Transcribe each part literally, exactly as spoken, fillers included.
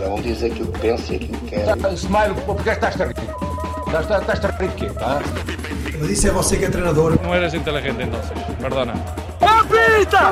Cada um diz aquilo que pensa e aquilo que quer. Smile, porque estás a rir? Estás a rir de quê? Ah? Mas isso é você que é treinador. Não eres inteligente entonces, perdona. ¡Apita!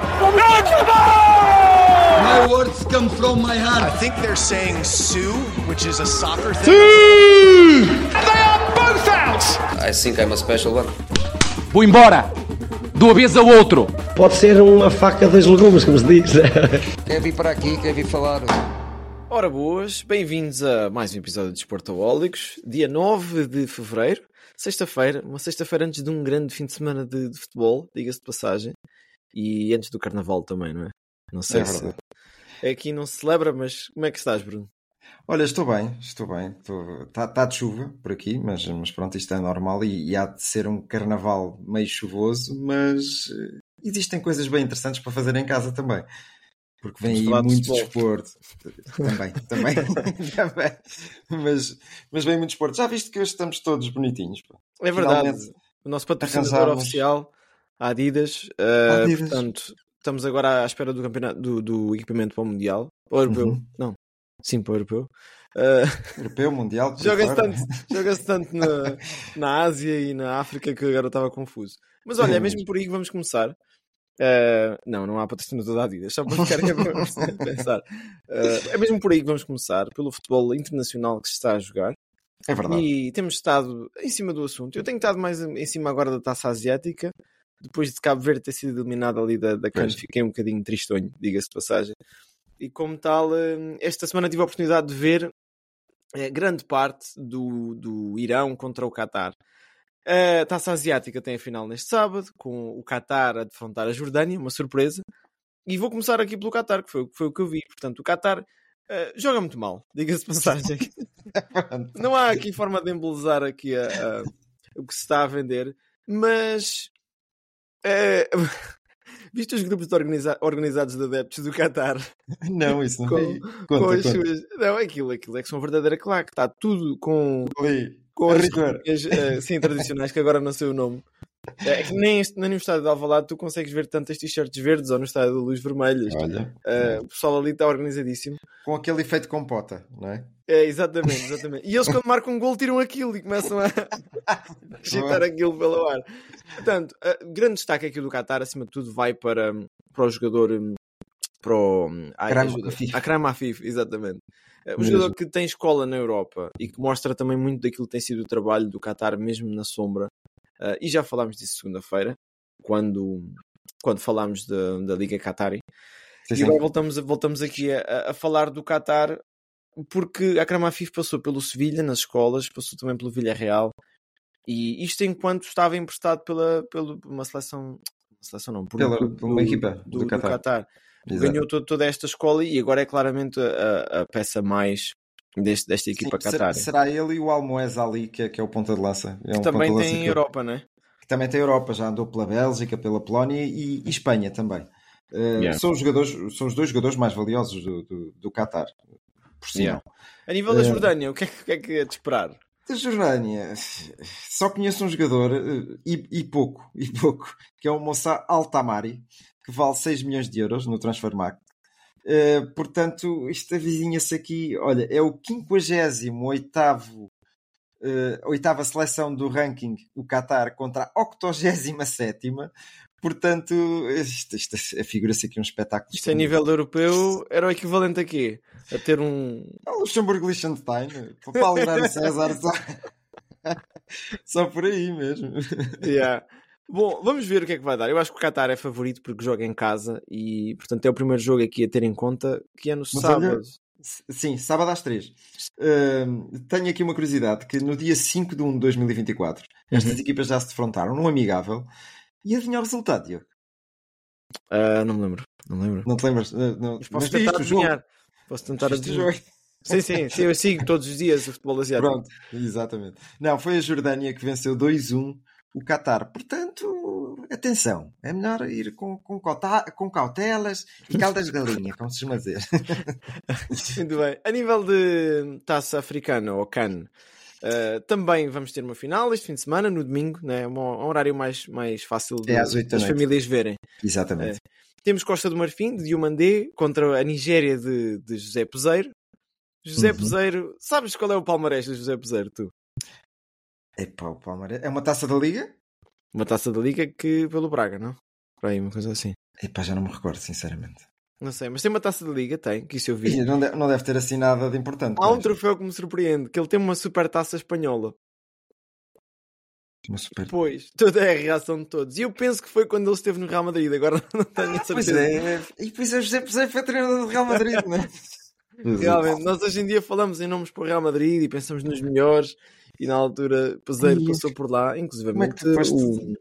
My words come from my heart. I think they're saying Sue, which is a soccer thing. Sim! They are both out! I think I'm a special one. Vou embora! De uma vez ao outro! Pode ser uma faca dos legumes, como se diz. Quer vir para aqui, quer vir falar. Ora boas, bem-vindos a mais um episódio de Desportaólicos, dia nove de fevereiro, sexta-feira, uma sexta-feira antes de um grande fim de semana de, de futebol, diga-se de passagem, e antes do Carnaval também, não é? Não sei é se... Verdade. Aqui não se celebra, mas como é que estás, Bruno? Olha, estou bem, estou bem. Está tá de chuva por aqui, mas, mas pronto, isto é normal e, e há de ser um carnaval meio chuvoso, mas uh, existem coisas bem interessantes para fazer em casa também. Porque vem aí muito de desporto. Também, também, também. Mas, mas vem muito desporto. Já viste que hoje estamos todos bonitinhos? Pô. É verdade. Finalmente, o nosso patrocinador oficial, a Adidas. Uh, Adidas. Portanto, estamos agora à espera do campeonato do, do equipamento para o Mundial. Para o Europeu. Uhum. Não. Sim, para o Europeu. Uh, Europeu, Mundial. Joga-se tanto, joga-se tanto na, na Ásia e na África que agora estava confuso. Mas olha, é mesmo por aí que vamos começar. Uh, não, não há patrocinador da Adidas, só para ficar a pensar. Uh, é mesmo por aí que vamos começar, pelo futebol internacional que se está a jogar. É verdade. E temos estado em cima do assunto. Eu tenho estado mais em cima agora da Taça Asiática. Depois de Cabo Verde ter sido eliminado ali da, da CAN, fiquei um bocadinho tristonho, diga-se de passagem. E como tal, esta semana tive a oportunidade de ver grande parte do, do Irão contra o Qatar. A Taça Asiática tem a final neste sábado, com o Qatar a defrontar a Jordânia, uma surpresa. E vou começar aqui pelo Qatar, que foi, foi o que eu vi. Portanto, o Qatar uh, joga muito mal, diga-se de passagem. Não há aqui forma de embelezar aqui a, a, o que se está a vender, mas... Uh, viste os grupos de organiza- organizados de adeptos do Qatar? Não, isso não com, vi. Conta, com conta. As suas... Não, aquilo, aquilo é que são verdadeira claque. Está tudo com... Ali. Com as roupinhas, uh, sim, tradicionais, que agora não sei o nome. É que nem, este, nem no estádio de Alvalade tu consegues ver tantas t-shirts verdes ou no estádio da Luz Vermelhas. Olha, uh, o pessoal ali está organizadíssimo. Com aquele efeito compota, não é? É, exatamente, exatamente. E eles quando marcam um gol tiram aquilo e começam a agitar aquilo pelo ar. Portanto, uh, grande destaque aqui do Qatar, acima de tudo, vai para, para o jogador... Um, para o Akram Afif, exatamente. Um mesmo. Jogador que tem escola na Europa e que mostra também muito daquilo que tem sido o trabalho do Qatar, mesmo na sombra. Uh, e já falámos disso segunda-feira, quando, quando falámos de, da Liga Qatari. Sim, e sim. Agora voltamos, voltamos aqui a, a falar do Qatar, porque Akram Afif passou pelo Sevilha nas escolas, passou também pelo Villarreal, e isto enquanto estava emprestado pela, pela uma seleção, uma seleção não, por pela, do, por uma equipa do, do, do Qatar. Qatar. Ganhou todo, toda esta escola e agora é claramente a, a peça mais deste, desta equipa Qatar. Será ele e o Almoez Ali, que é, que é o ponta de lança. É que um também ponta tem lança Europa, não é? Que também tem Europa, já andou pela Bélgica, pela Polónia e, e Espanha também. Uh, yeah. São os jogadores, são os dois jogadores mais valiosos do, do, do Qatar, por cima. Yeah. A nível da Jordânia, uh, o que é, que é que é de esperar? Da Jordânia, só conheço um jogador uh, e, e pouco, e pouco, que é o Moussa Al-Tamari, que vale seis milhões de euros no Transfermarkt. Uh, portanto, isto avizinha-se aqui, olha, é o quinquagésimo oitavo uh, oitava seleção do ranking, o Qatar, contra a octogésima sétima. Portanto, isto, isto afigura-se aqui um espetáculo. Isto a nível europeu era o equivalente a quê? A ter um... É o Luxemburgo Liechtenstein, para alegrar o César, só... só por aí mesmo. Yeah. Bom, vamos ver o que é que vai dar. Eu acho que o Qatar é favorito porque joga em casa e, portanto, é o primeiro jogo aqui a ter em conta, que é no Mas sábado. Olha, sim, sábado às três. Uh, tenho aqui uma curiosidade, que no dia cinco de um de dois mil e vinte e quatro, uhum. estas equipas já se defrontaram num amigável. E adivinha o resultado, Diogo? Uh, não me lembro. Não me lembro. Não te lembras? Uh, não. Mas posso Mas tentar adivinhar. Posso tentar adivinhar. Sim, sim, sim, eu sigo todos os dias o futebol asiático. Pronto, exatamente. Não, foi a Jordânia que venceu dois a um o Qatar. Portanto, atenção, é melhor ir com, com, cauta, com cautelas e caldas de galinha, como se chama dizer. Muito bem. A nível de taça africana, ou CAN, uh, também vamos ter uma final este fim de semana, no domingo, né? um, um horário mais, mais fácil de, é às oito das famílias verem. Exatamente. Uh, temos Costa do Marfim, de Diomandé, contra a Nigéria de, de José Peseiro. José Uhum. Peseiro, sabes qual é o palmarés do José Peseiro, tu? Epá, o Palmeiras. É uma taça da Liga? Uma taça da Liga que pelo Braga, não? Por aí, uma coisa assim. Epá, já não me recordo, sinceramente. Não sei, mas tem uma taça da Liga, tem, que isso eu vi. Ih, não, deve, não deve ter assim nada de importante. Há um mas- troféu que me surpreende, que ele tem uma super taça espanhola. uma super... Pois, toda é a reação de todos. E eu penso que foi quando ele esteve no Real Madrid, agora não tenho a Pois certeza. é, e depois é José José foi treinador do Real Madrid, não é? Realmente, nós hoje em dia falamos em nomes para o Real Madrid e pensamos nos melhores, e na altura Peseiro Ih, passou por lá, inclusive como é que tu foste- o,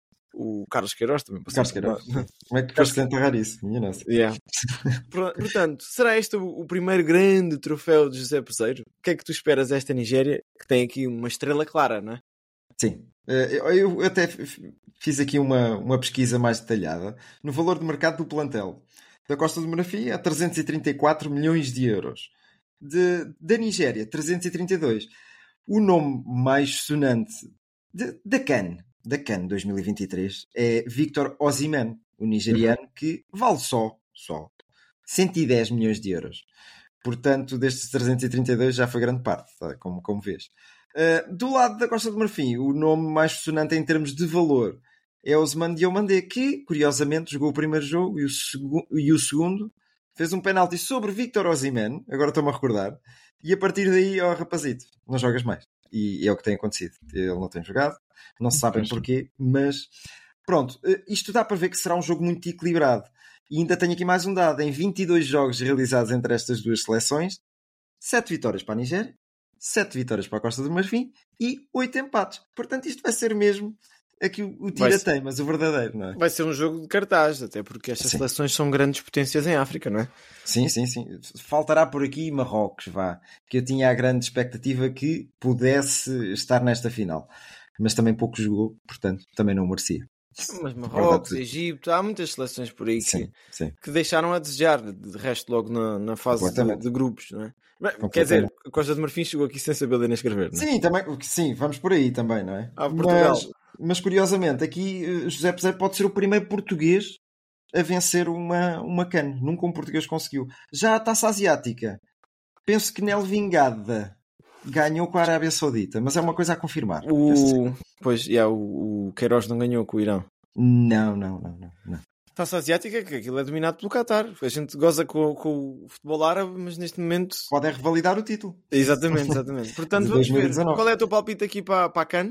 o Carlos Queiroz também passou Carlos por Queiroz. lá. Como é que foste enterrar isso? Minha nossa. Yeah. Por- Portanto, será este o, o primeiro grande troféu de José Peseiro? O que é que tu esperas desta Nigéria, que tem aqui uma estrela clara, não é? Sim. Eh, Eu eu até f- fiz aqui uma, uma pesquisa mais detalhada no valor de mercado do plantel da Costa do Marfim a trezentos e trinta e quatro milhões de euros. De, da Nigéria, trezentos e trinta e dois. O nome mais sonante de- da CAN, da CAN dois mil e vinte e três, é Victor Osimhen, o nigeriano, que vale só, só cento e dez milhões de euros. Portanto, destes trezentos e trinta e dois já foi grande parte, tá? como, como vês. Uh, do lado da Costa do Marfim, o nome mais sonante em termos de valor é Ousmane Diomandé, que, curiosamente, jogou o primeiro jogo e o, segu- e o segundo fez um penalti sobre Victor Osimhen, agora estou-me a recordar, e a partir daí, ó rapazito, não jogas mais. E é o que tem acontecido. Ele não tem jogado, não se sabem porquê, mas pronto, uh, isto dá para ver que será um jogo muito equilibrado. E ainda tenho aqui mais um dado, em vinte e dois jogos realizados entre estas duas seleções, sete vitórias para a Nigéria, sete vitórias para a Costa do Marfim e oito empates. Portanto, isto vai ser mesmo aqui o, o tira-teimas, o verdadeiro, não é? Vai ser um jogo de cartaz, até porque estas Sim. seleções são grandes potências em África, não é? Sim, sim, sim. Faltará por aqui Marrocos, vá. Que eu tinha a grande expectativa que pudesse estar nesta final. Mas também pouco jogou, portanto, também não merecia. Mas Marrocos, Verdade. Egito, há muitas seleções por aí que, Sim, sim. que deixaram a desejar, de resto logo na, na fase de, Completamente. de grupos, não é? Mas, quer Completamente. dizer, a Costa de Marfim chegou aqui sem saber ler nem escrever, não é? Sim, também, sim, vamos por aí também, não é? Ah, Portugal. Mas, mas curiosamente, aqui eh, José Peseiro pode ser o primeiro português a vencer uma, uma CAN. Nunca um português conseguiu. Já a Taça Asiática, penso que Nel Vingada ganhou com a Arábia Saudita, mas é uma coisa a confirmar. O... Pois, yeah, o, o Queiroz não ganhou com o Irão. Não, não, não, não, não. Taça Asiática, que aquilo é dominado pelo Qatar. A gente goza com, com o futebol árabe, mas neste momento... Podem revalidar o título. Exatamente, exatamente. Portanto, De vamos dois mil e ver. dezanove. Qual é o teu palpite aqui para, para a CAN?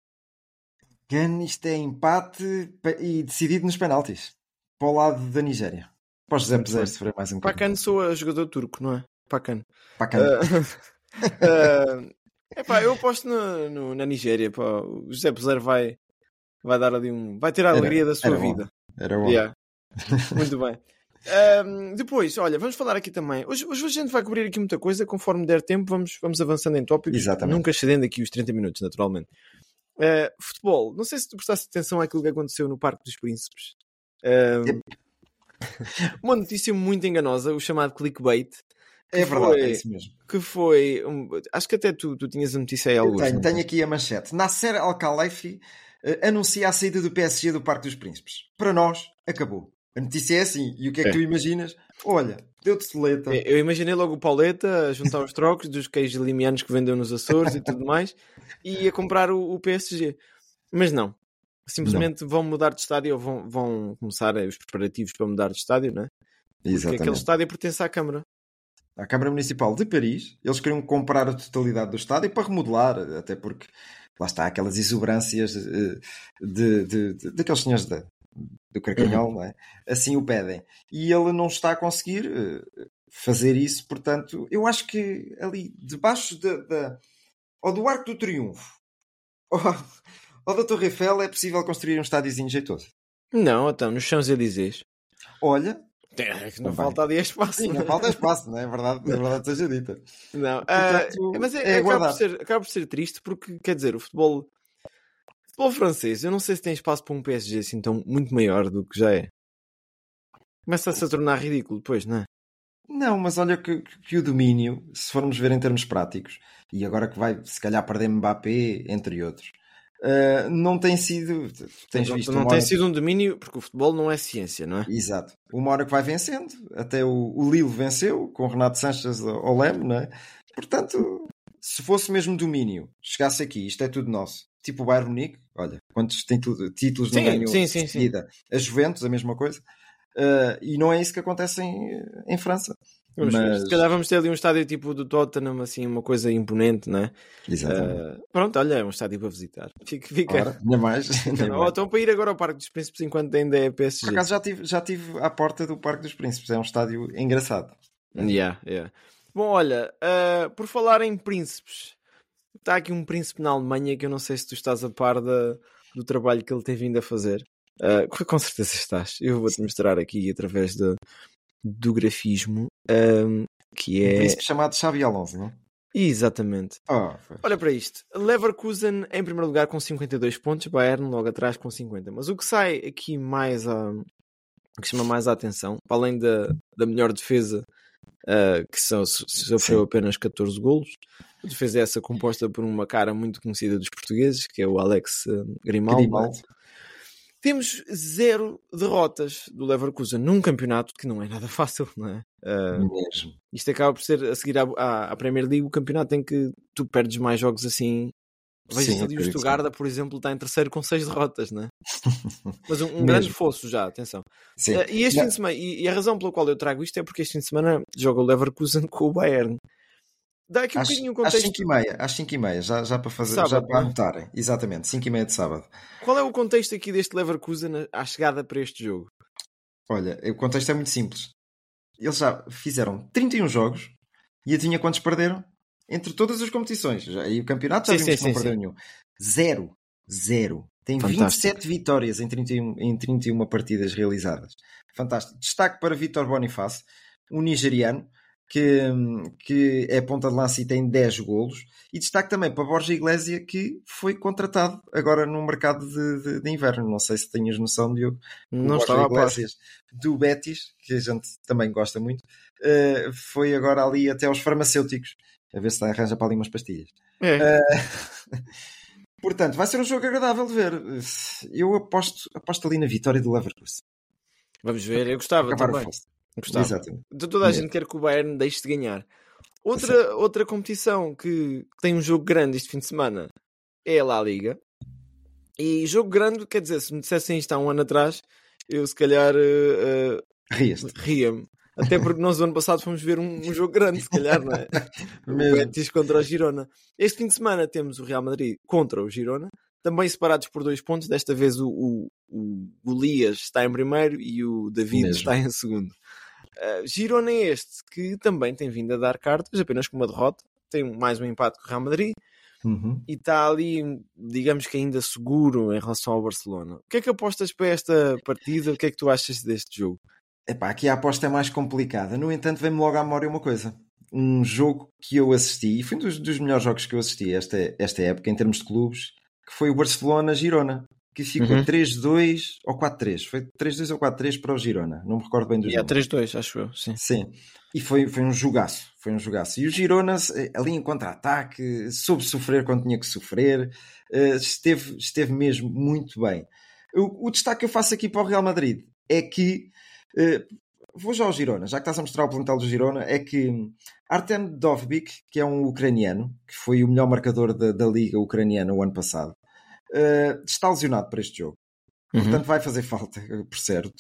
CAN, isto é empate pe- e decidido nos penaltis. Para o lado da Nigéria. Para o José Muito Peseiro bem. sofrer mais um Para a bocadinho. CAN sou a jogador turco, não é? Para a CAN. Para a CAN. Uh, uh, epá, eu aposto no, no- na Nigéria. Pá. O José Peseiro vai, vai dar ali um. Vai ter a Era- alegria da sua era bom. vida. Era bom. Yeah. Muito bem. Um, depois, olha, vamos falar aqui também. Hoje, hoje a gente vai cobrir aqui muita coisa. Conforme der tempo, vamos, vamos avançando em tópicos. Exatamente. Nunca excedendo aqui os trinta minutos, naturalmente. Uh, futebol. Não sei se tu prestaste atenção àquilo que aconteceu no Parque dos Príncipes. Um, uma notícia muito enganosa, o chamado clickbait. É que verdade, foi- é isso mesmo. Que foi. um, acho que até tu, tu tinhas a notícia aí Eu alguns. tenho, não? tenho aqui a manchete. Nasser Al-Khelaifi eh, anuncia a saída do P S G do Parque dos Príncipes. Para nós, acabou. A notícia é assim. E o que é que É. tu imaginas? Olha, deu-te soleta. Eu imaginei logo o Pauleta a juntar os trocos dos queijos limianos que vendeu nos Açores e tudo mais e a comprar o, o P S G. Mas não. Simplesmente vão mudar de estádio ou vão, vão começar os preparativos para mudar de estádio, não é? Porque Exatamente. aquele estádio pertence à Câmara. À Câmara Municipal de Paris, eles queriam comprar a totalidade do estádio para remodelar, até porque lá está aquelas exuberâncias eh, de, de, de, daqueles senhores da, do Carcanhol, não é? Assim o pedem. E ele não está a conseguir eh, fazer isso, portanto, eu acho que ali debaixo da, da, ou do Arco do Triunfo ou, ou da Torre Eiffel é possível construir um estádiozinho jeitoso. Não, então, nos Champs-Élysées. Olha, É, que não Também. falta ali espaço. sim, não falta espaço, não é? É verdade, é verdade seja dita. Não, Portanto, ah, mas é, é acaba, por aguardar. ser, acaba por ser triste porque, quer dizer, o futebol, o futebol francês, eu não sei se tem espaço para um P S G assim tão muito maior do que já é. Começa-se a tornar ridículo depois, não é? Não, mas olha que, que o domínio, se formos ver em termos práticos, e agora que vai se calhar perder Mbappé, entre outros, Uh, não tem sido. Tens não visto não uma tem hora... sido um domínio, porque o futebol não é ciência, não é? Exato. Uma hora que vai vencendo, até o, o Lille venceu, com o Renato Sanches ao leme, não é? Portanto, se fosse mesmo domínio, chegasse aqui, isto é tudo nosso. Tipo o Bayern Munique, olha, quantos títulos, títulos não ganhou sim, sim, de seguida. A Juventus, a mesma coisa. Uh, e não é isso que acontece em, em França. Vamos Mas... Se calhar vamos ter ali um estádio tipo do Tottenham, assim, uma coisa imponente, não é? Exatamente. Uh, pronto, olha, é um estádio para visitar. Fica, fica... Ora, ainda mais. Ainda Ou então para ir agora ao Parque dos Príncipes enquanto ainda é P S G. Por acaso já tive, já tive à porta do Parque dos Príncipes. É um estádio engraçado. Yeah, yeah. Bom, olha, uh, por falar em príncipes, está aqui um príncipe na Alemanha que eu não sei se tu estás a par da, do trabalho que ele tem vindo a fazer. Uh, com certeza estás. Eu vou-te mostrar aqui através de, do grafismo, um, que é... Um príncipe chamado Xabi Alonso, não é? Exatamente. Oh, olha para isto. Leverkusen em primeiro lugar com cinquenta e dois pontos, Bayern logo atrás com cinquenta. Mas o que sai aqui mais a... o que chama mais a atenção, para além da, da melhor defesa, uh, que são, sofreu apenas catorze golos, a defesa é essa composta por uma cara muito conhecida dos portugueses, que é o Alex Grimaldo. Grimaldo. Temos zero derrotas do Leverkusen num campeonato que não é nada fácil, não é? Uh, Mesmo. Isto acaba por ser, a seguir à, à, à Premier League, o campeonato em que tu perdes mais jogos assim. Veja-se ali o Stuttgart, por exemplo, está em terceiro com seis derrotas, não é? Mas um, um grande fosso já, atenção. Sim. Uh, e, este fim de semana, e, e a razão pela qual eu trago isto é porque este fim de semana joga o Leverkusen com o Bayern. Dá aqui um às, bocadinho um contexto. Às cinco e meia, às cinco e meia, já, já para fazer, sábado, já para né? anotarem. Exatamente, cinco e meia de sábado. Qual é o contexto aqui deste Leverkusen à chegada para este jogo? Olha, o contexto é muito simples. Eles já fizeram trinta e um jogos e adivinha quantos perderam? Entre todas as competições. Já, e o campeonato já sim, vimos sim, que não sim, perdeu sim. nenhum. Zero. Zero. Tem Fantástico. vinte e sete vitórias em trinta e um, em trinta e uma partidas realizadas. Fantástico. Destaque para Vítor Bonifácio, um nigeriano, que, que é ponta de lança e tem dez golos. E destaque também para Borja Iglesias, que foi contratado agora no mercado de, de, de inverno. Não sei se tenhas noção, Diogo. Não o estava Borja Iglesias do Betis, que a gente também gosta muito, uh, foi agora ali até aos farmacêuticos a ver se arranja para ali umas pastilhas. É. Uh, portanto, vai ser um jogo agradável de ver. Eu aposto, aposto ali na vitória do Leverkusen. Vamos ver, eu gostava Acabar também. Gostava. Exatamente. Toda a gente quer que o Bayern deixe de ganhar. Outra, outra competição que tem um jogo grande este fim de semana é a La Liga. E jogo grande, quer dizer, se me dissessem isto há um ano atrás, eu se calhar uh, uh, ria-me. Até porque nós, no ano passado, fomos ver um, um jogo grande, se calhar, não é? O Betis contra o Girona. Este fim de semana temos o Real Madrid contra o Girona, também separados por dois pontos. Desta vez o, o, o Golias está em primeiro e o David Mesmo. está em segundo. Uh, Girona é este que também tem vindo a dar cartas, apenas com uma derrota. Tem mais um empate com o Real Madrid. Uhum. E está ali, digamos que ainda seguro em relação ao Barcelona. O que é que apostas para esta partida? O que é que tu achas deste jogo? Epá, aqui a aposta é mais complicada. No entanto, vem-me logo à memória uma coisa. Um jogo que eu assisti, e foi um dos, dos melhores jogos que eu assisti esta, esta época, em termos de clubes, que foi o Barcelona-Girona, que ficou uhum. três dois ou quatro três. Foi três dois ou quatro três para o Girona. Não me recordo bem do jogo. É, três dois, acho eu. Sim. Sim. E foi, foi um jogaço. Foi um jogaço. E o Girona, ali em contra-ataque, soube sofrer quando tinha que sofrer. Esteve, esteve mesmo muito bem. O, o destaque que eu faço aqui para o Real Madrid é que Uh, vou já ao Girona, já que estás a mostrar o plantel do Girona, é que Artem Dovbyk, que é um ucraniano, que foi o melhor marcador da, da Liga Ucraniana o ano passado, uh, está lesionado para este jogo. Uhum. Portanto vai fazer falta, por certo.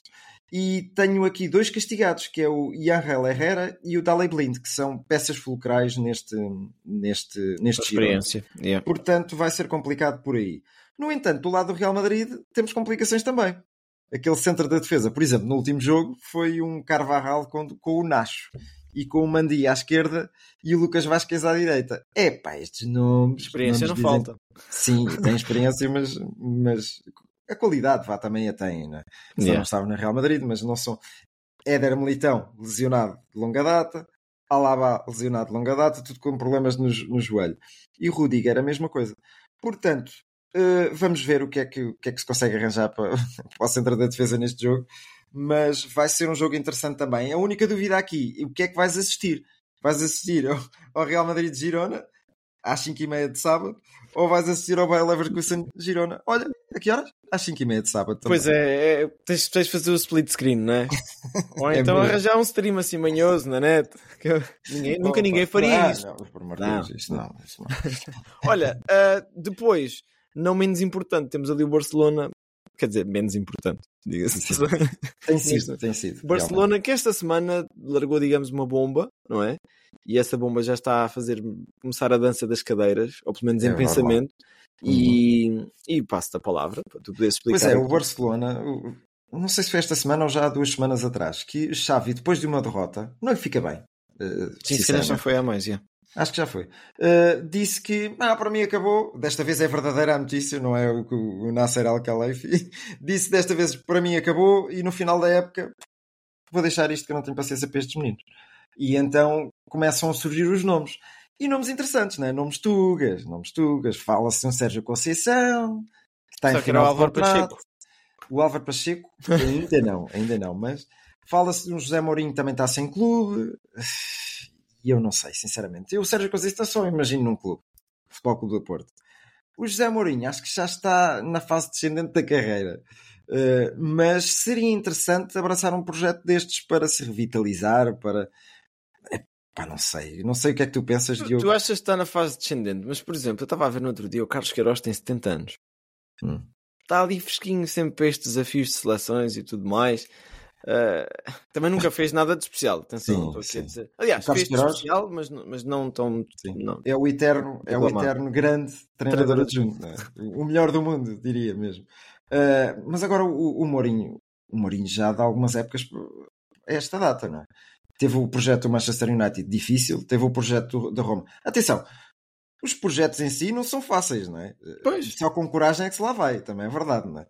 E tenho aqui dois castigados, que é o Yangel Herrera e o Daley Blind, que são peças fulcrais neste, neste, neste experiência. Yeah. Portanto vai ser complicado por aí. No entanto, do lado do Real Madrid temos complicações também. Aquele centro da defesa, por exemplo, no último jogo foi um Carvajal com, com o Nacho e com o Mandi à esquerda e o Lucas Vázquez à direita. Epá, estes nomes... Experiência nomes não dizem... falta. Sim, tem experiência, mas, mas a qualidade vá, também a tem, né? Só yeah. não estavam na Real Madrid, mas não são... Éder Militão, lesionado de longa data, Alaba, lesionado de longa data, tudo com problemas no, no joelho. E o Rudiger, a mesma coisa. Portanto, Uh, vamos ver o que, é que, o que é que se consegue arranjar para, para o centro da defesa neste jogo, mas vai ser um jogo interessante também. A única dúvida aqui, o que é que vais assistir? Vais assistir ao, ao Real Madrid de Girona às cinco e meia de sábado, ou vais assistir ao Bayer Leverkusen Girona. Olha, a que horas? Às cinco e meia de sábado também. Pois é, é tens, tens de fazer o split screen, não é? Ou É então mesmo. arranjar um stream assim manhoso na net. Que eu- ninguém- nunca ninguém faria Ah, isso. Não, por amor de Não. Deus, isto não. Isto não. Olha, ah, depois, não menos importante, temos ali o Barcelona. Quer dizer, menos importante, diga-se. Tem sido, tem sido. Barcelona, que esta semana largou, digamos, uma bomba, não é? E essa bomba já está a fazer começar a dança das cadeiras, ou pelo menos em É normal. pensamento. E, e passo-te a palavra para tu poderes explicar. Pois é, o aqui. Barcelona, o- não sei se foi esta semana ou já há duas semanas atrás, que Xavi, depois de uma derrota, não lhe fica bem. eh, Sim, se calhar já sinceramente. foi a mais, já. Acho que já foi. Uh, disse que, ah, para mim acabou. Desta vez é verdadeira a notícia, não é o que o Nasser Al-Khelaifi disse. Desta vez para mim acabou e no final da época vou deixar isto que eu não tenho paciência para estes meninos. E então começam a surgir os nomes. E nomes interessantes, não é? Nomes tugas, nomes tugas. Fala-se de um Sérgio Conceição, que está Só em que era o final de Álvaro campeonato. Pacheco. O Álvaro Pacheco, ainda não, ainda não, mas fala-se de um José Mourinho que também está sem clube. E eu não sei, sinceramente. Eu, o Sérgio Conceição, só imagino num clube. Futebol Clube do Porto. O José Mourinho, acho que já está na fase descendente da carreira. Uh, mas seria interessante abraçar um projeto destes para se revitalizar, para... Epá, não sei. Não sei o que é que tu pensas, Tu, Diogo. tu achas que está na fase descendente, mas por exemplo, eu estava a ver no outro dia, o Carlos Queiroz tem setenta anos. Hum. Está ali fresquinho sempre para estes desafios de seleções e tudo mais. Uh, também nunca fez nada de especial. Atenção, Sim, não estou aqui sim. a dizer. Aliás, O Carlos fez de Queiroz- especial, mas, não- mas não tão. Sim. Não. É o eterno, é o Reclamar. eterno grande treinador Treinador adjunto, não é? O melhor do mundo, diria mesmo. Uh, mas agora o, o Mourinho, o Mourinho já dá algumas épocas a esta data, não é? Teve o projeto do Manchester United difícil, teve o projeto da Roma. Atenção, os projetos em si não são fáceis, não é? Pois. Só com coragem é que se lá vai, também é verdade, não é?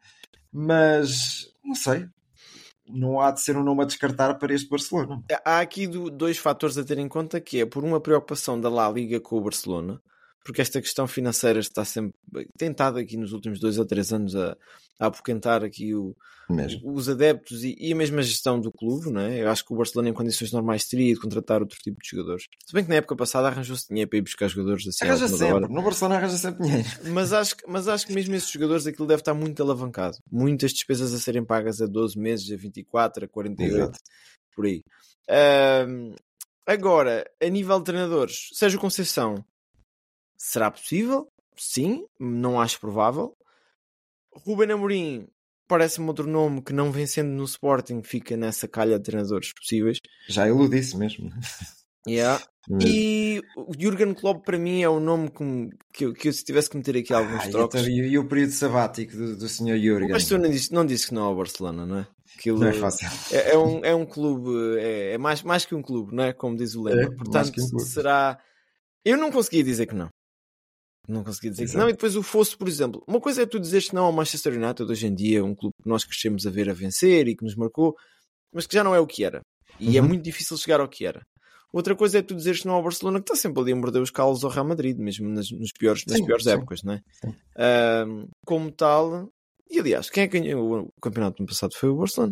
Mas, não sei, não há de ser um nome a descartar para este Barcelona. Há aqui do- dois fatores a ter em conta, que é por uma preocupação da La Liga com o Barcelona, porque esta questão financeira está sempre tentado aqui nos últimos dois ou três anos a, a apoquentar aqui o, Mesmo. os adeptos e, e a mesma gestão do clube, não é? Eu acho que o Barcelona em condições normais teria de contratar outro tipo de jogadores. Se bem que na época passada arranjou-se dinheiro para ir buscar jogadores assim à Arranja última sempre, hora. no Barcelona arranja sempre dinheiro. Mas acho, que- mas acho que mesmo esses jogadores aquilo deve estar muito alavancado. Muitas despesas a serem pagas a doze meses, a vinte e quatro, a quarenta e oito, Exato. por aí. Ahm, agora, a nível de treinadores, Sérgio Conceição, será possível? Sim, não acho provável. Ruben Amorim parece-me outro nome que, não vencendo no Sporting, fica nessa calha de treinadores possíveis. Já iludisse mesmo. Yeah. Mesmo. E o Jürgen Klopp para mim é o nome que, me- que, eu, que eu se tivesse que meter aqui alguns Ah, trocos. então, e, e o período sabático do, do senhor Jürgen? Mas tu não disse, não disse que não ao Barcelona, não é? Aquilo Não é fácil. É, é um, é um clube, é, é mais, mais que um clube, não é? Como diz o lema. É, mais Portanto, que um clube. será. Eu não conseguia dizer que não. Não conseguia dizer Exato. que não. E depois o fosse, por exemplo, uma coisa é tu dizeres que não ao Manchester United hoje em dia, um clube que nós crescemos a ver a vencer e que nos marcou, mas que já não é o que era. E é Uhum. muito difícil chegar ao que era. Outra coisa é tu dizeres que não ao Barcelona, que está sempre ali a morder os calos ao Real Madrid, mesmo nas, nos piores, nas Sim, piores sim. épocas, não é? Sim. Ahm, como tal. E aliás, quem é que ganhou o campeonato do ano passado foi o Barcelona.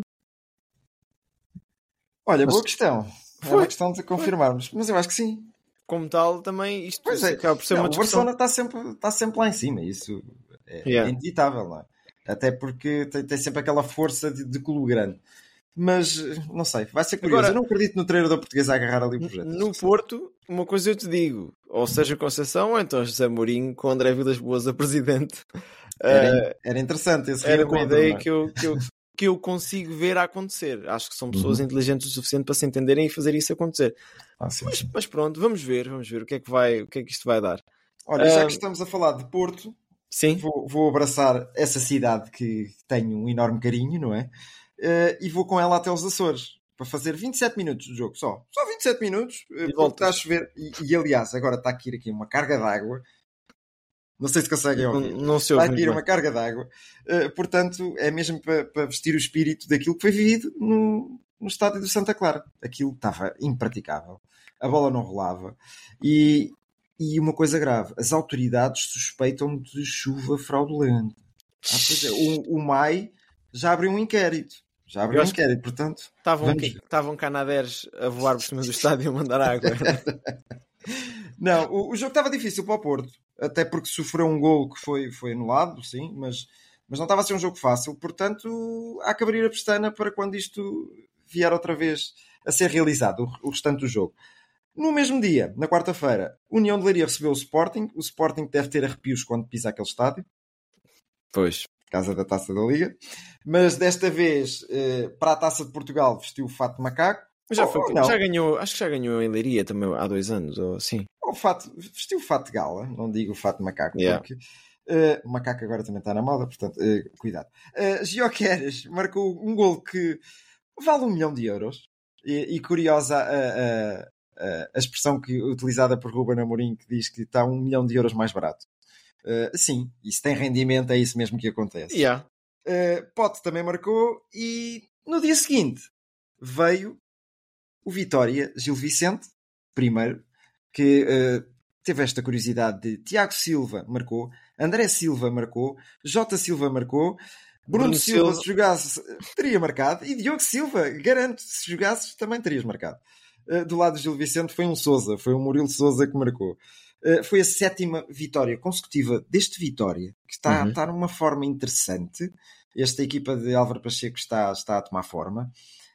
Olha, Mas- boa questão. É Foi. uma questão de confirmarmos. Mas eu acho que sim. Como tal, também isto Pois é. acaba por ser Não, uma o discussão. Barcelona está sempre, está sempre lá em cima. Isso é, Yeah. é inevitável, não é? Até porque tem, tem sempre aquela força de, de clube grande. Mas, não sei, vai ser curioso. Agora- eu não acredito no treinador português a agarrar ali o projeto. No Porto, uma coisa eu te digo, ou seja Conceição, ou então José Mourinho com André Vilas Boas a presidente. Era, Eh, era interessante esse era uma reencontro, ideia não é? que eu, que, eu, que eu consigo ver a acontecer. Acho que são pessoas Uhum. inteligentes o suficiente para se entenderem e fazer isso acontecer. Ah, sim, Mas, sim. mas pronto, vamos ver, vamos ver o que é que, vai, o que, é que isto vai dar. Olha, já Ah, que estamos a falar de Porto, Sim, vou, vou abraçar essa cidade que tenho um enorme carinho, não é? Eh, e vou com ela até os Açores para fazer vinte e sete minutos de jogo só. Só vinte e sete minutos, eh, porque voltas. está a chover. E, e, aliás, agora está a cair aqui uma carga d'água. Não sei se conseguem não, ouvir. não se Está ouve a cair muito uma bem. carga d'água. Eh, portanto, é mesmo para, para vestir o espírito daquilo que foi vivido no, no estádio do Santa Clara. Aquilo estava impraticável. A bola não rolava. E, e uma coisa grave, as autoridades suspeitam de chuva fraudulenta. Ah, pois é, o, o M A I já abriu um inquérito. Já abriu Eu um acho que- inquérito, portanto... Estavam, Vamos que- ver. estavam canadeiros a voar por cima do estádio e a mandar água. Não, o, o jogo estava difícil para o Porto, até porque sofreu um golo que foi, foi anulado, sim, mas, mas não estava a ser um jogo fácil, portanto há que abrir a pestana para quando isto vier outra vez a ser realizado, o, o restante do jogo. No mesmo dia, na quarta-feira, União de Leiria recebeu o Sporting, o Sporting deve ter arrepios quando pisa aquele estádio. Pois. Casa da Taça da Liga. Mas desta vez, eh, para a Taça de Portugal, vestiu o fato de macaco. Já, oh, foi, oh, já ganhou, acho que já ganhou em Leiria também há dois anos, ou assim. O fato, vestiu o fato de gala, não digo o fato de macaco, yeah. porque uh, o macaco agora também está na moda, portanto, uh, cuidado. Uh, Gyökeres marcou um gol que vale um milhão de euros. E, e curiosa a, a, a, a expressão que, utilizada por Ruben Amorim, que diz que está um milhão de euros mais barato. Uh, sim, isso tem rendimento, é isso mesmo que acontece. Yeah. Uh, Pote também marcou e no dia seguinte veio o Vitória, Gil Vicente, primeiro, que uh, teve esta curiosidade de Tiago Silva marcou, André Silva marcou, Jota Silva marcou, Bruno, Bruno Silva, Silva, se jogasse, teria marcado, e Diogo Silva, garanto, se jogasse, também terias marcado. Uh, do lado do Gil Vicente foi um Sousa, foi um Murilo Sousa que marcou. Uh, foi a sétima vitória consecutiva deste Vitória, que está, uhum. está numa forma interessante. Esta equipa de Álvaro Pacheco está, está a tomar forma.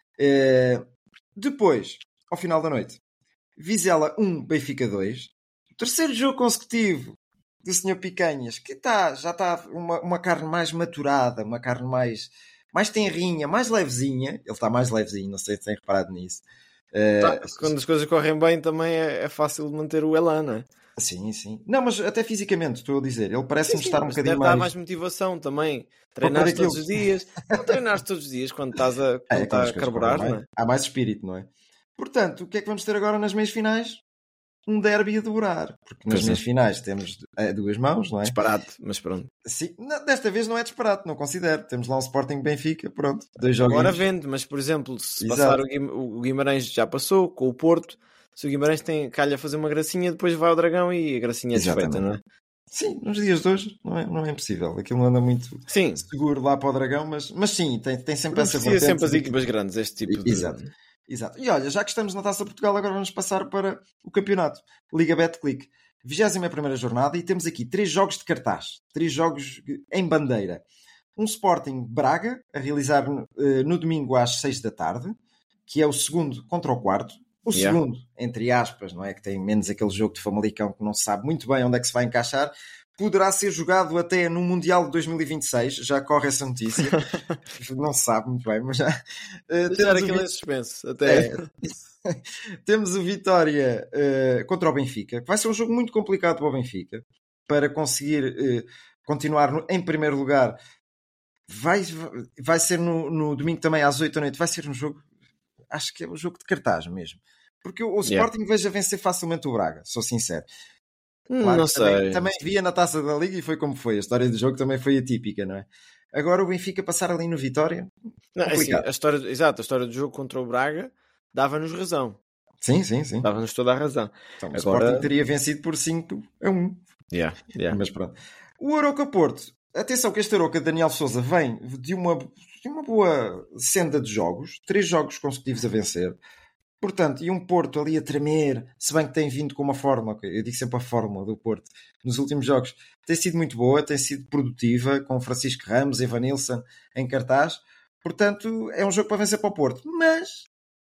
Uh, depois, ao final da noite, Vizela um, Benfica dois. O terceiro jogo consecutivo do senhor Picanhas, que está, já está uma, uma carne mais maturada, uma carne mais, mais tenrinha, mais levezinha. Ele está mais levezinho, não sei se têm reparado nisso. Uh, tá, quando as coisas correm bem também é, é fácil de manter o elan, não é? Sim, sim. Não, mas até fisicamente, estou a dizer. Ele parece-me sim, sim, estar um bocadinho deve mais... dar mais motivação também. Treinar todos os dias. Não treinar todos os dias quando estás a, quando é, estás a carburar, não é? Há mais espírito, não é? Portanto, o que é que vamos ter agora nas meias finais? Um derby a devorar. Porque nas meias finais temos duas mãos, não é? Disparate, mas pronto. Sim, não, desta vez não é disparate, não considero. Temos lá um Sporting Benfica, pronto. Dois jogos. Agora vende, mas por exemplo, se Exato. passar o, Guim, o Guimarães já passou, com o Porto, se o Guimarães tem calha a fazer uma gracinha, depois vai ao Dragão e a gracinha é desfeita, não é? Sim, nos dias de hoje não é, não é impossível. Aquilo não anda muito sim. seguro lá para o Dragão, mas, mas sim, tem, tem sempre essa vertente. sempre as equipas grandes, este tipo de... Exato. Exato. E olha, já que estamos na Taça de Portugal, agora vamos passar para o campeonato. Liga Betclic. vigésima primeira jornada e temos aqui três jogos de cartaz. Três jogos em bandeira. Um Sporting Braga, a realizar uh, no domingo às seis da tarde, que é o segundo contra o quarto. O yeah. segundo, entre aspas, não é? Que tem menos aquele jogo de Famalicão que não se sabe muito bem onde é que se vai encaixar. Poderá ser jogado até no Mundial de dois mil e vinte e seis. Já corre essa notícia. Não se sabe muito bem, mas já... Uh, temos aquilo em suspense. Até... É. Temos o Vitória uh, contra o Benfica, que vai ser um jogo muito complicado para o Benfica, para conseguir uh, continuar no, em primeiro lugar. Vai, vai ser no, no domingo também às oito da noite. Vai ser um jogo, acho que é um jogo de cartaz mesmo. Porque o, o Sporting yeah. veja vencer facilmente o Braga, sou sincero. Claro, não sei. Também, também via na Taça da Liga e foi como foi. A história do jogo também foi atípica, não é? Agora o Benfica passar ali no Vitória. Não, é assim, a história, exato, a história do jogo contra o Braga dava-nos razão. Sim, sim, sim. Dava-nos toda a razão. Então, o Agora... Sporting teria vencido por cinco a um. Yeah, yeah. Mas pronto. O Aroca Porto. Atenção que este Aroca de Daniel Sousa vem de uma, de uma boa senda de jogos. Três jogos consecutivos a vencer. Portanto, e um Porto ali a tremer, se bem que tem vindo com uma fórmula, eu digo sempre a fórmula do Porto, nos últimos jogos, tem sido muito boa, tem sido produtiva, com Francisco Ramos, Evanilson em cartaz. Portanto, é um jogo para vencer para o Porto. Mas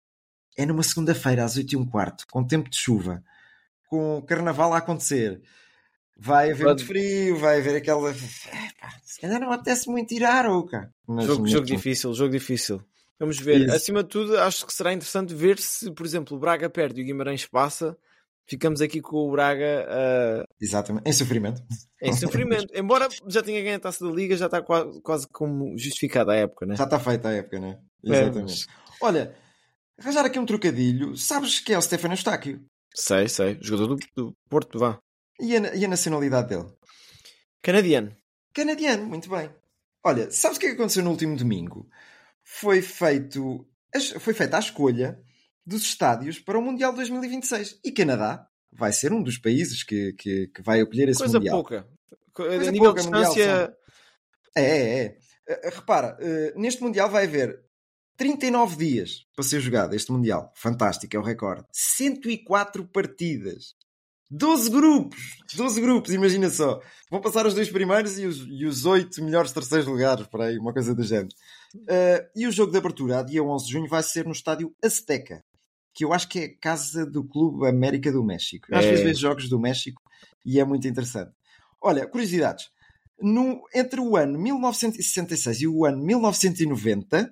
é numa segunda-feira, às oito e um quarto, com tempo de chuva, com o Carnaval a acontecer. Vai haver muito frio, vai haver aquela... Se calhar não apetece muito ir à Aroca. Jogo, jogo difícil, jogo difícil. Vamos ver. Isso. Acima de tudo, acho que será interessante ver se, por exemplo, o Braga perde e o Guimarães passa. Ficamos aqui com o Braga... Uh... Exatamente. Em sofrimento. Em sofrimento. Embora já tenha ganho a Taça da Liga, já está quase, quase como justificada a época, né? Já está feita a época, né? Exatamente. É, mas... Olha, arranjar aqui um trocadilho. Sabes que é o Stefano Eustáquio? Sei, sei. Jogador do, do Porto, vá. E a, e a nacionalidade dele? Canadiano. Canadiano, muito bem. Olha, sabes o que é que aconteceu no último domingo? Foi, feito, foi feita a escolha dos estádios para o Mundial dois mil e vinte e seis. E Canadá vai ser um dos países que, que, que vai acolher esse Coisa Mundial. Pouca. Coisa a nível pouca. De distância... Mundial, é, é, é. Repara, neste Mundial vai haver trinta e nove dias para ser jogado este Mundial. Fantástico, é o recorde. cento e quatro partidas. doze grupos! doze grupos, imagina só. Vão passar os dois primeiros e os, e os oito melhores terceiros lugares, por aí, uma coisa do género. Uh, e o jogo de abertura, a dia onze de junho, vai ser no estádio Azteca, que eu acho que é a casa do Clube América do México. Eu às É. vezes vejo jogos do México e é muito interessante. Olha, curiosidades. No, entre o ano mil novecentos e sessenta e seis e o ano mil novecentos e noventa,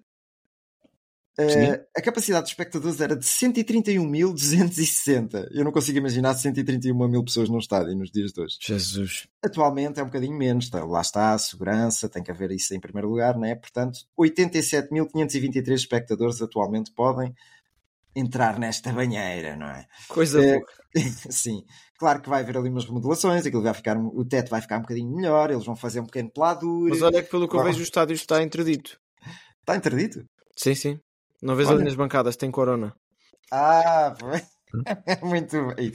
Uh, a capacidade de espectadores era de cento e trinta e um mil duzentos e sessenta. Eu não consigo imaginar cento e trinta e uma mil pessoas num estádio nos dias de hoje. Jesus. Atualmente é um bocadinho menos. Tá? Lá está a segurança, tem que haver isso em primeiro lugar, não é? Portanto, oitenta e sete mil quinhentos e vinte e três espectadores atualmente podem entrar nesta banheira, não é? Coisa Uh, boa. sim. Claro que vai haver ali umas remodelações, aquilo vai ficar, o teto vai ficar um bocadinho melhor, eles vão fazer um pequeno peladuro. Mas olha que pelo que eu Vai- vejo o estádio está interdito. Está interdito? Sim, sim. Não vês Olha. ali nas bancadas, tem corona. Ah, foi. Muito bem.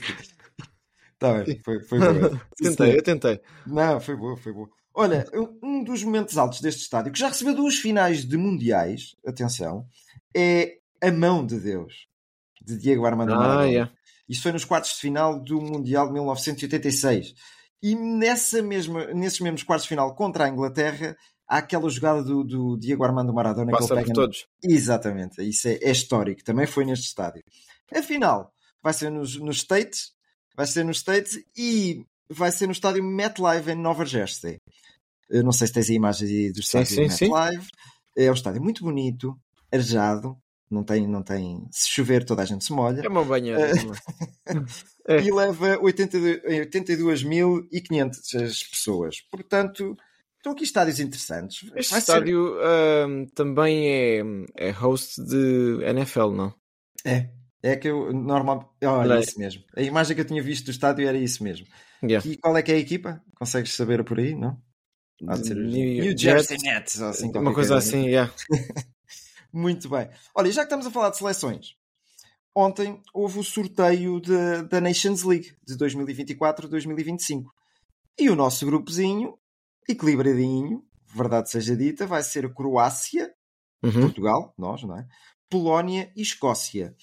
Está bem, foi, foi boa. Tentei, eu tentei. Não, foi boa, foi boa. Olha, um dos momentos altos deste estádio, que já recebeu duas finais de mundiais, atenção, é a mão de Deus, de Diego Armando Ah, Maradona. yeah. Isso foi nos quartos de final do Mundial de mil novecentos e oitenta e seis. E nessa mesma, nesses mesmos quartos de final contra a Inglaterra, há aquela jogada do, do Diego Armando Maradona Passa que ele por pega... todos. Exatamente, isso é, é histórico, também foi neste estádio. A final vai ser nos, nos States, vai ser nos States e vai ser no estádio MetLife em Nova Jersey. Eu não sei se tens aí imagens aí do Sim, estádio sim, sim. MetLife. É um estádio muito bonito, arejado, não tem, não tem... Se chover toda a gente se molha. É uma banheira. É. E leva oitenta e dois mil e quinhentas pessoas. Portanto, estão aqui estádios interessantes. Este Vai estádio ahm, também é, é host de N F L, não? ser... É, é que eu normalmente... Olha, Olha. é isso mesmo. A imagem que eu tinha visto do estádio era isso mesmo. Yeah. E qual é que é a equipa? Consegues saber por aí, não? Há de ser os New New Jets. Jersey Nets. Ou assim, Uma qualquer coisa assim, yeah. Muito bem. Olha, e já que estamos a falar de seleções, ontem houve o sorteio de- da Nations League de dois mil e vinte e quatro a dois mil e vinte e cinco. E o nosso grupozinho, equilibradinho, verdade seja dita, vai ser Croácia, Uhum. Portugal, nós, não é? Polónia e Escócia.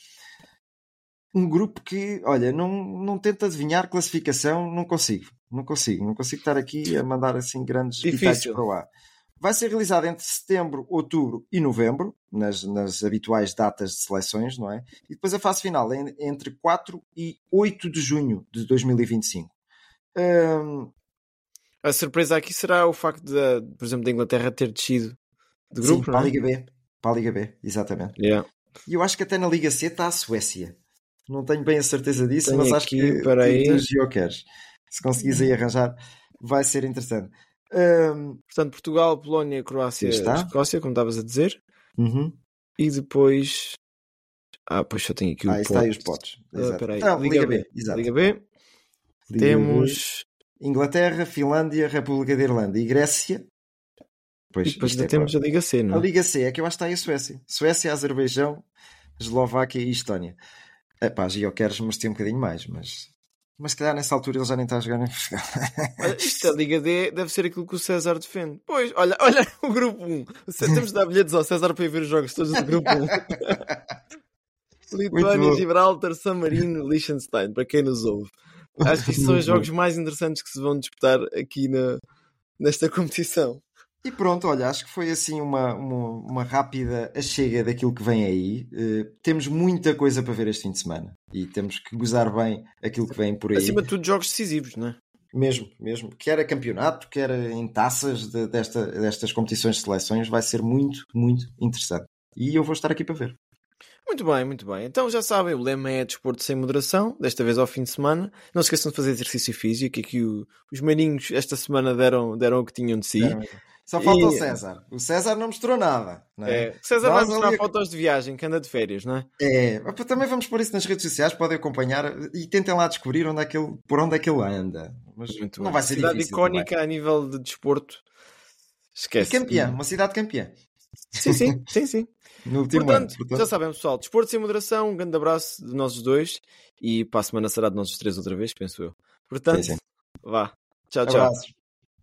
Um grupo que, olha, não, não tenta adivinhar classificação, não consigo. Não consigo. Não consigo estar aqui a mandar assim grandes Difícil. bitites para o ar. Vai ser realizado entre setembro, outubro e novembro, nas, nas habituais datas de seleções, não é? E depois a fase final é entre quatro e oito de junho de dois mil e vinte e cinco. Hum, A surpresa aqui será o facto, de, por exemplo, da Inglaterra ter descido de sim, grupo, para não a é? Liga B. Para a Liga B, exatamente. Yeah. E eu acho que até na Liga C está a Suécia. Não tenho bem a certeza disso, Tenho mas acho aqui, que para aí. tu, tu geoqueres. Se conseguires aí arranjar, vai ser interessante. Hum, Portanto, Portugal, Polónia, Croácia, Aí está. Escócia, como estavas a dizer. uhum. E depois... Ah, pois só tenho aqui o Ah, está aí os pote. potes. Ah, Exato. espera aí. Então, Liga, B. Exato. Liga B. Liga Temos... B. Inglaterra, Finlândia, República da Irlanda e Grécia. Pois, E depois isto ainda é temos claro. a Liga C, não A é? Liga C é que eu acho que está aí a Suécia. Suécia, Azerbaijão, Eslováquia e Estónia. Epá, geoqueres merecia um bocadinho mais, mas... Mas se calhar nessa altura ele já nem está a jogar em Portugal. Olha, isto da Liga D deve ser aquilo que o César defende. Pois, olha, olha o grupo um. Temos de dar bilhetes ao César para ir ver os jogos todos do grupo um. Lituânia, bom. Gibraltar, San Marino, Liechtenstein, para quem nos ouve. Acho que estes são os jogos mais interessantes que se vão disputar aqui na, nesta competição. E pronto, olha, acho que foi assim uma, uma, uma rápida achega daquilo que vem aí. Uh, temos muita coisa para ver este fim de semana e temos que gozar bem aquilo que vem por aí. Acima de tudo, jogos decisivos, não é? Mesmo, mesmo. Quer a campeonato, quer em taças de, desta, destas competições de seleções, vai ser muito, muito interessante. E eu vou estar aqui para ver. Muito bem, muito bem. Então já sabem, o lema é desporto sem moderação, desta vez ao fim de semana. Não se esqueçam de fazer exercício físico, que aqui o, os maninhos esta semana deram, deram o que tinham de si. Só falta E- o César. O César não mostrou nada. Não é? É, César vai Nós mostrar ali- fotos de viagem, que anda de férias, não é? É, mas também vamos pôr isso nas redes sociais, podem acompanhar e tentem lá descobrir onde é que ele, por onde é que ele anda. Mas Muito não bem. vai ser Cidade difícil. icónica a nível de desporto. também. E Esquece. campeã, uma cidade campeã. Sim, sim, sim, sim. No último Portanto, ano. Portanto, já sabem, pessoal, desporto sem moderação, um grande abraço de nós os dois e para a semana será de nós os três outra vez, penso eu. Portanto, Sim, sim. vá. Tchau, tchau. abraços.